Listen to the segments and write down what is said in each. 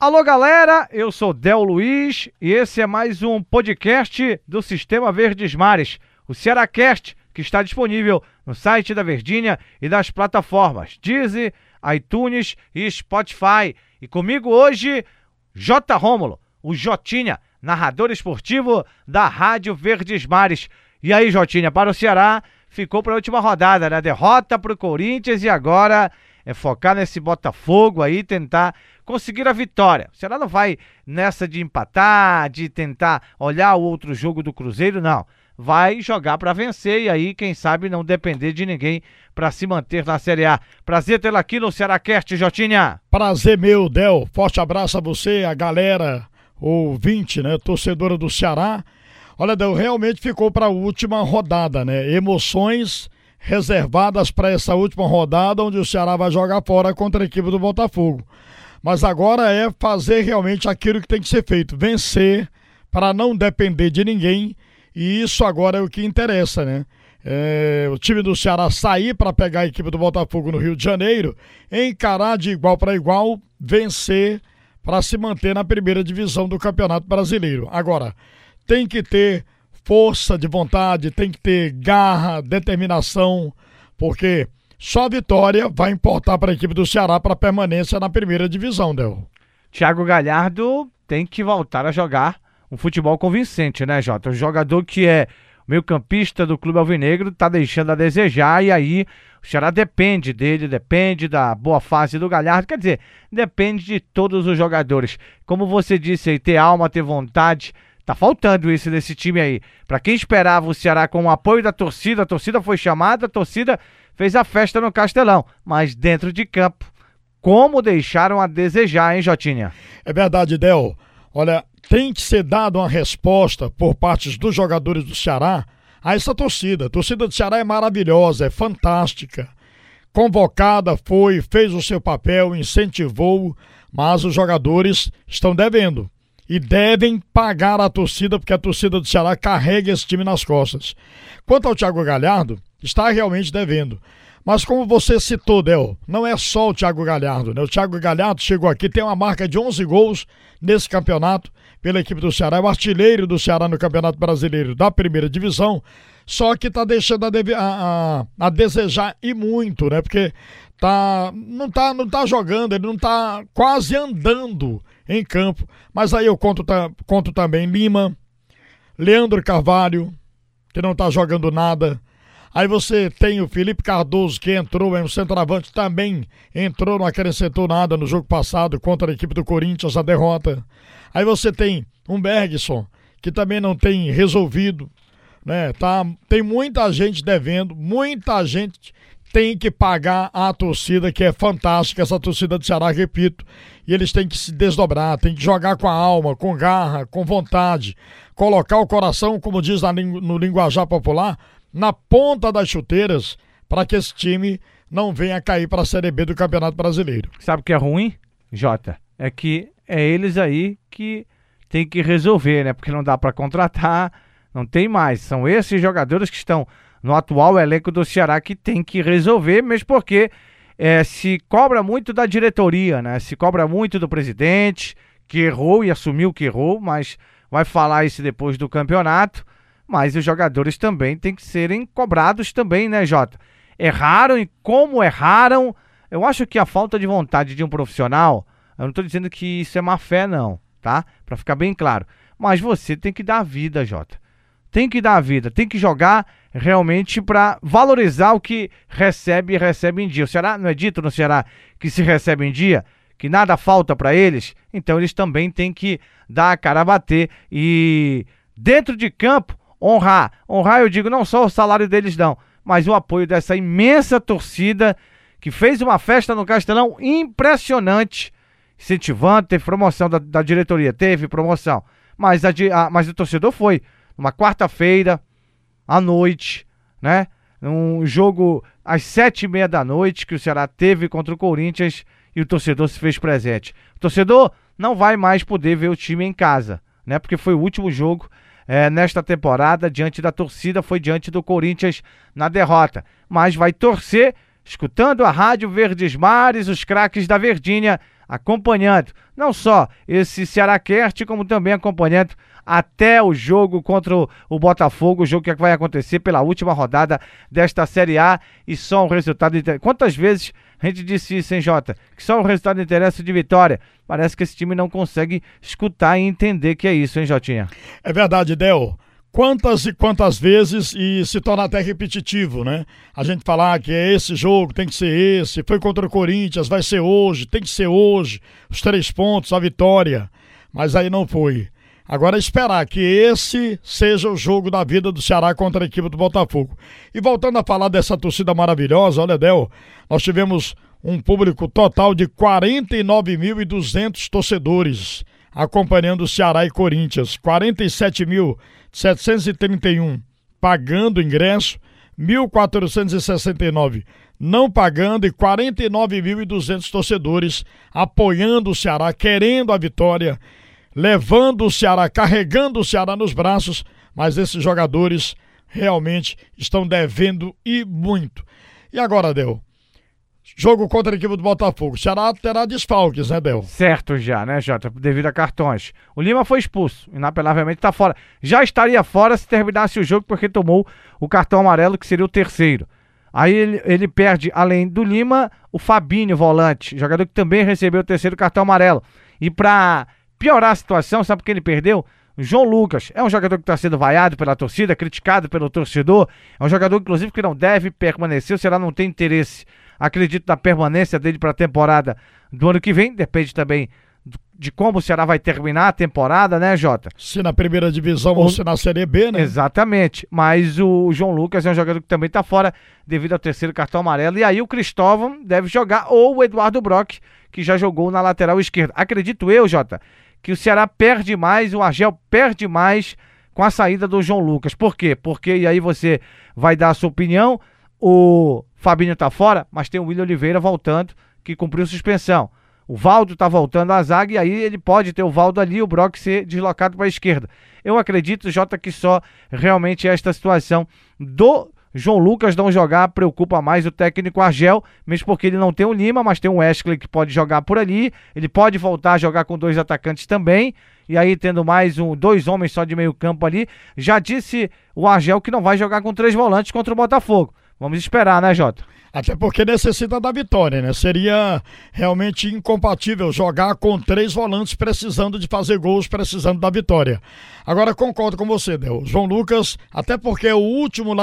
Alô galera, eu sou Del Luiz e esse é mais um podcast do Sistema Verdes Mares, o Cearacast, que está disponível no site da Verdinha e das plataformas Deezer, iTunes e Spotify. E comigo hoje, J. Rômulo, o Jotinha, narrador esportivo da Rádio Verdes Mares. E aí, Jotinha, para o Ceará, ficou para a última rodada, né? Derrota para o Corinthians e agora é focar nesse Botafogo aí, tentar conseguir a vitória. O Ceará não vai nessa de empatar, de tentar olhar o outro jogo do Cruzeiro, não. Vai jogar para vencer e aí, quem sabe, não depender de ninguém para se manter na Série A. Prazer tê-lo aqui no Cearacast, Jotinha. Prazer meu, Del. Forte abraço a você, a galera ouvinte, né, torcedora do Ceará. Olha, Del, realmente ficou para a última rodada, né? Emoções reservadas para essa última rodada, onde o Ceará vai jogar fora contra a equipe do Botafogo. Mas agora é fazer realmente aquilo que tem que ser feito, vencer para não depender de ninguém, e isso agora é o que interessa, né? O time do Ceará sair para pegar a equipe do Botafogo no Rio de Janeiro, encarar de igual para igual, vencer para se manter na primeira divisão do Campeonato Brasileiro. Agora, tem que ter força de vontade, tem que ter garra, determinação, porque só a vitória vai importar para a equipe do Ceará para a permanência na primeira divisão, Del. Thiago Galhardo tem que voltar a jogar um futebol convincente, né, Jota? O jogador que é meio-campista do Clube Alvinegro tá deixando a desejar e aí o Ceará depende dele, depende da boa fase do Galhardo, quer dizer, depende de todos os jogadores. Como você disse aí, ter alma, ter vontade, tá faltando isso nesse time aí. Pra quem esperava o Ceará com o apoio da torcida, a torcida foi chamada, a torcida fez a festa no Castelão, mas dentro de campo, como deixaram a desejar, hein, Jotinha? É verdade, Del. Olha, tem que ser dada uma resposta por parte dos jogadores do Ceará a essa torcida. A torcida do Ceará é maravilhosa, é fantástica. Convocada foi, fez o seu papel, incentivou, mas os jogadores estão devendo. E devem pagar a torcida, porque a torcida do Ceará carrega esse time nas costas. Quanto ao Thiago Galhardo, está realmente devendo. Mas como você citou, Del, não é só o Thiago Galhardo, né? O Thiago Galhardo chegou aqui, tem uma marca de 11 gols nesse campeonato pela equipe do Ceará, é o artilheiro do Ceará no Campeonato Brasileiro da primeira divisão, só que está deixando a desejar e muito, né? Porque não tá jogando, ele não tá quase andando em campo. Mas aí eu conto também Lima, Leandro Carvalho, que não tá jogando nada. Aí você tem o Felipe Cardoso, que entrou, é um centroavante, também entrou, não acrescentou nada no jogo passado contra a equipe do Corinthians, a derrota. Aí você tem um Bergson, que também não tem resolvido, né? Tem muita gente devendo, muita gente tem que pagar a torcida, que é fantástica, essa torcida do Ceará, repito, e eles têm que se desdobrar, têm que jogar com a alma, com garra, com vontade, colocar o coração, como diz no linguajar popular, na ponta das chuteiras, para que esse time não venha cair para a Série B do Campeonato Brasileiro. Sabe o que é ruim, Jota? É que é eles aí que tem que resolver, né? Porque não dá para contratar, não tem mais. São esses jogadores que estão no atual elenco do Ceará que tem que resolver, mesmo porque se cobra muito da diretoria, né? Se cobra muito do presidente, que errou e assumiu que errou, mas vai falar isso depois do campeonato. Mas os jogadores também têm que serem cobrados também, né, Jota? Erraram e como erraram, eu acho que a falta de vontade de um profissional, eu não estou dizendo que isso é má fé não, tá? Para ficar bem claro. Mas você tem que dar a vida, Jota. Tem que dar a vida, tem que jogar realmente para valorizar o que recebe e recebe em dia. O Ceará, não é dito no Ceará que se recebe em dia, que nada falta para eles, então eles também têm que dar a cara a bater e dentro de campo honrar, eu digo não só o salário deles não, mas o apoio dessa imensa torcida que fez uma festa no Castelão impressionante, incentivando, teve promoção da diretoria, teve promoção, mas o torcedor foi numa quarta-feira à noite, né? Um jogo às 7h30 da noite que o Ceará teve contra o Corinthians e o torcedor se fez presente. O torcedor não vai mais poder ver o time em casa, né? Porque foi o último jogo nesta temporada diante da torcida, foi diante do Corinthians na derrota, mas vai torcer escutando a Rádio Verdes Mares, os craques da Verdinha, acompanhando não só esse Ceará-Cast, como também acompanhando até o jogo contra o Botafogo, o jogo que vai acontecer pela última rodada desta Série A, e só um resultado interessa. Quantas vezes a gente disse isso, hein, Jota? Que só o resultado interessa de vitória. Parece que esse time não consegue escutar e entender que é isso, hein, Jotinha? É verdade, Del. Quantas e quantas vezes, e se torna até repetitivo, né? A gente falar que é esse jogo, tem que ser esse, foi contra o Corinthians, vai ser hoje, tem que ser hoje, os 3 pontos, a vitória. Mas aí não foi. Agora esperar que esse seja o jogo da vida do Ceará contra a equipe do Botafogo. E voltando a falar dessa torcida maravilhosa, olha, Del, nós tivemos um público total de 49.200 torcedores acompanhando o Ceará e Corinthians. 47.731 pagando ingresso, 1.469 não pagando e 49.200 torcedores apoiando o Ceará, querendo a vitória, levando o Ceará, carregando o Ceará nos braços, mas esses jogadores realmente estão devendo e muito. E agora, Del? Jogo contra a equipe do Botafogo. O Ceará terá desfalques, né, Del? Certo já, né, Jota? Devido a cartões. O Lima foi expulso, inapelavelmente está fora. Já estaria fora se terminasse o jogo, porque tomou o cartão amarelo, que seria o terceiro. Aí ele perde, além do Lima, o Fabinho, volante, jogador que também recebeu o terceiro cartão amarelo. E para piorar a situação, sabe por que ele perdeu? O João Lucas é um jogador que está sendo vaiado pela torcida, criticado pelo torcedor. É um jogador, inclusive, que não deve permanecer. O Ceará não tem interesse, acredito, na permanência dele para a temporada do ano que vem. Depende também de como o Ceará vai terminar a temporada, né, Jota? Se na primeira divisão ou se na Série B, né? Exatamente. Mas o João Lucas é um jogador que também está fora devido ao terceiro cartão amarelo. E aí o Cristóvão deve jogar, ou o Eduardo Brock, que já jogou na lateral esquerda. Acredito eu, Jota, que o Ceará perde mais, o Argel perde mais com a saída do João Lucas. Por quê? Porque, e aí você vai dar a sua opinião, o Fabinho tá fora, mas tem o William Oliveira voltando, que cumpriu suspensão. O Valdo tá voltando à zaga, e aí ele pode ter o Valdo ali e o Brock ser deslocado para a esquerda. Eu acredito, Jota, que só realmente esta situação do João Lucas não jogar preocupa mais o técnico Argel, mesmo porque ele não tem o Lima, mas tem o Wesley que pode jogar por ali. Ele pode voltar a jogar com 2 atacantes também, e aí tendo mais 2 homens só de meio campo ali. Já disse o Argel que não vai jogar com 3 volantes contra o Botafogo. Vamos esperar, né, Jota? Até porque necessita da vitória, né? Seria realmente incompatível jogar com 3 volantes precisando de fazer gols, precisando da vitória. Agora concordo com você, Del. João Lucas, até porque é o único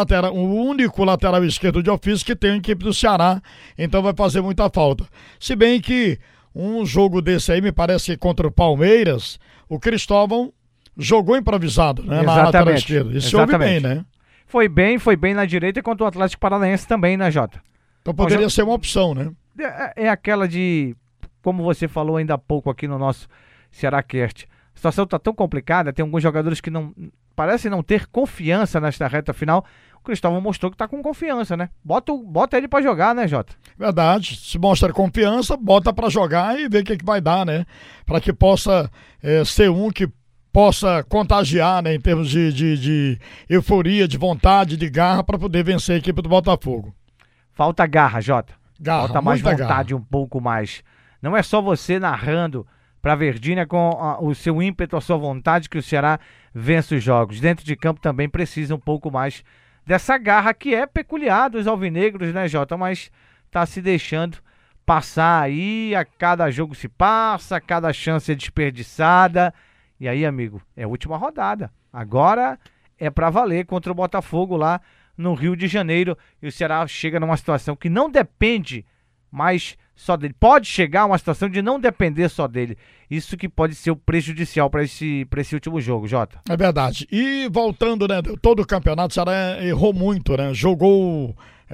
lateral esquerdo de ofício que tem a equipe do Ceará, então vai fazer muita falta. Se bem que um jogo desse aí, me parece que contra o Palmeiras, o Cristóvão jogou improvisado, né? Na lateral esquerda. Isso ouve bem, né? Foi bem na direita, contra o Atlético Paranaense também, né, Jota? Então poderia ser uma opção, né? É aquela de, como você falou ainda há pouco aqui no nosso Ceará-Cast, a situação está tão complicada, tem alguns jogadores que não parecem não ter confiança nesta reta final. O Cristóvão mostrou que está com confiança, né? Bota ele para jogar, né, Jota? Verdade, se mostra confiança, bota para jogar e vê o que vai dar, né? Para que possa ser um que possa contagiar, né, em termos de euforia, de vontade, de garra, para poder vencer a equipe do Botafogo. Falta garra, Jota. Garra, falta mais vontade, garra. Um pouco mais. Não é só você narrando para Verdinha com o seu ímpeto, a sua vontade, que o Ceará vence os jogos. Dentro de campo também precisa um pouco mais dessa garra que é peculiar dos alvinegros, né, Jota? Mas tá se deixando passar aí, a cada jogo se passa, a cada chance é desperdiçada. E aí, amigo, é a última rodada. Agora é para valer contra o Botafogo lá no Rio de Janeiro. E o Ceará chega numa situação que não depende mais só dele. Pode chegar a uma situação de não depender só dele. Isso que pode ser o prejudicial para esse último jogo, Jota. É verdade. E voltando, né, todo o campeonato, o Ceará errou muito, né? Jogou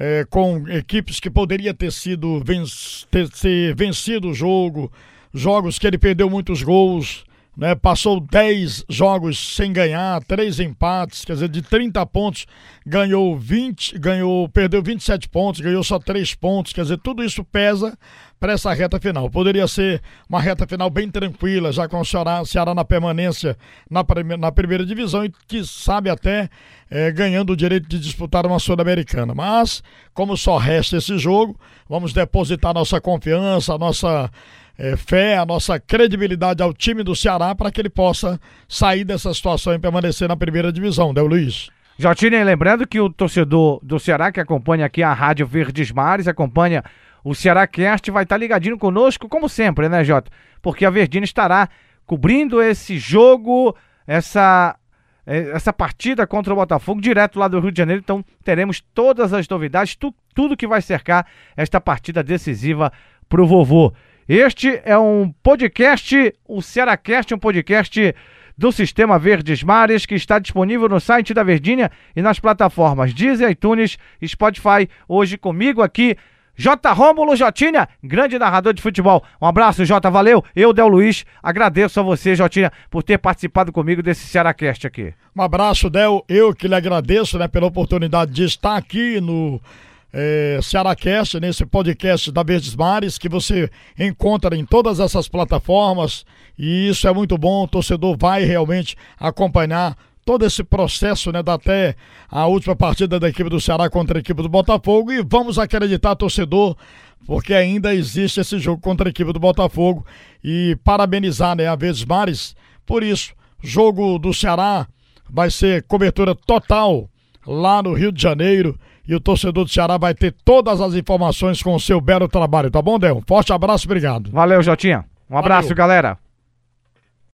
com equipes que poderia ter vencido o jogo, jogos que ele perdeu muitos gols, né? Passou 10 jogos sem ganhar, 3 empates, quer dizer, de 30 pontos perdeu 27 pontos, ganhou só 3 pontos, quer dizer, tudo isso pesa para essa reta final. Poderia ser uma reta final bem tranquila, já com o Ceará na permanência na primeira divisão e que sabe até ganhando o direito de disputar uma Sul-Americana. Mas, como só resta esse jogo, vamos depositar nossa confiança, nossa fé, a nossa credibilidade ao time do Ceará para que ele possa sair dessa situação e permanecer na primeira divisão, Del Luiz. Jotinha, lembrando que o torcedor do Ceará que acompanha aqui a Rádio Verdes Mares, acompanha o Ceará Cast, vai estar ligadinho conosco, como sempre, né, Jota? Porque a Verdinha estará cobrindo esse jogo, essa partida contra o Botafogo, direto lá do Rio de Janeiro. Então teremos todas as novidades, tudo que vai cercar esta partida decisiva pro vovô. Este é um podcast, o Cearacast, um podcast do Sistema Verdes Mares, que está disponível no site da Verdinha e nas plataformas Deezer, iTunes, Spotify. Hoje comigo aqui, J. Rômulo Jotinha, grande narrador de futebol. Um abraço, Jota, valeu. Eu, Del Luiz, agradeço a você, Jotinha, por ter participado comigo desse Cearacast aqui. Um abraço, Del. Eu que lhe agradeço, né, pela oportunidade de estar aqui no Cearacast, nesse podcast da Verdes Mares, que você encontra em todas essas plataformas, e isso é muito bom. O torcedor vai realmente acompanhar todo esse processo, né, até a última partida da equipe do Ceará contra a equipe do Botafogo, e vamos acreditar, torcedor, porque ainda existe esse jogo contra a equipe do Botafogo, e parabenizar, né, a Verdes Mares por isso. Jogo do Ceará vai ser cobertura total lá no Rio de Janeiro, e o torcedor do Ceará vai ter todas as informações com o seu belo trabalho, tá bom, Del? Forte abraço, obrigado. Valeu, Jotinha. Um abraço, galera.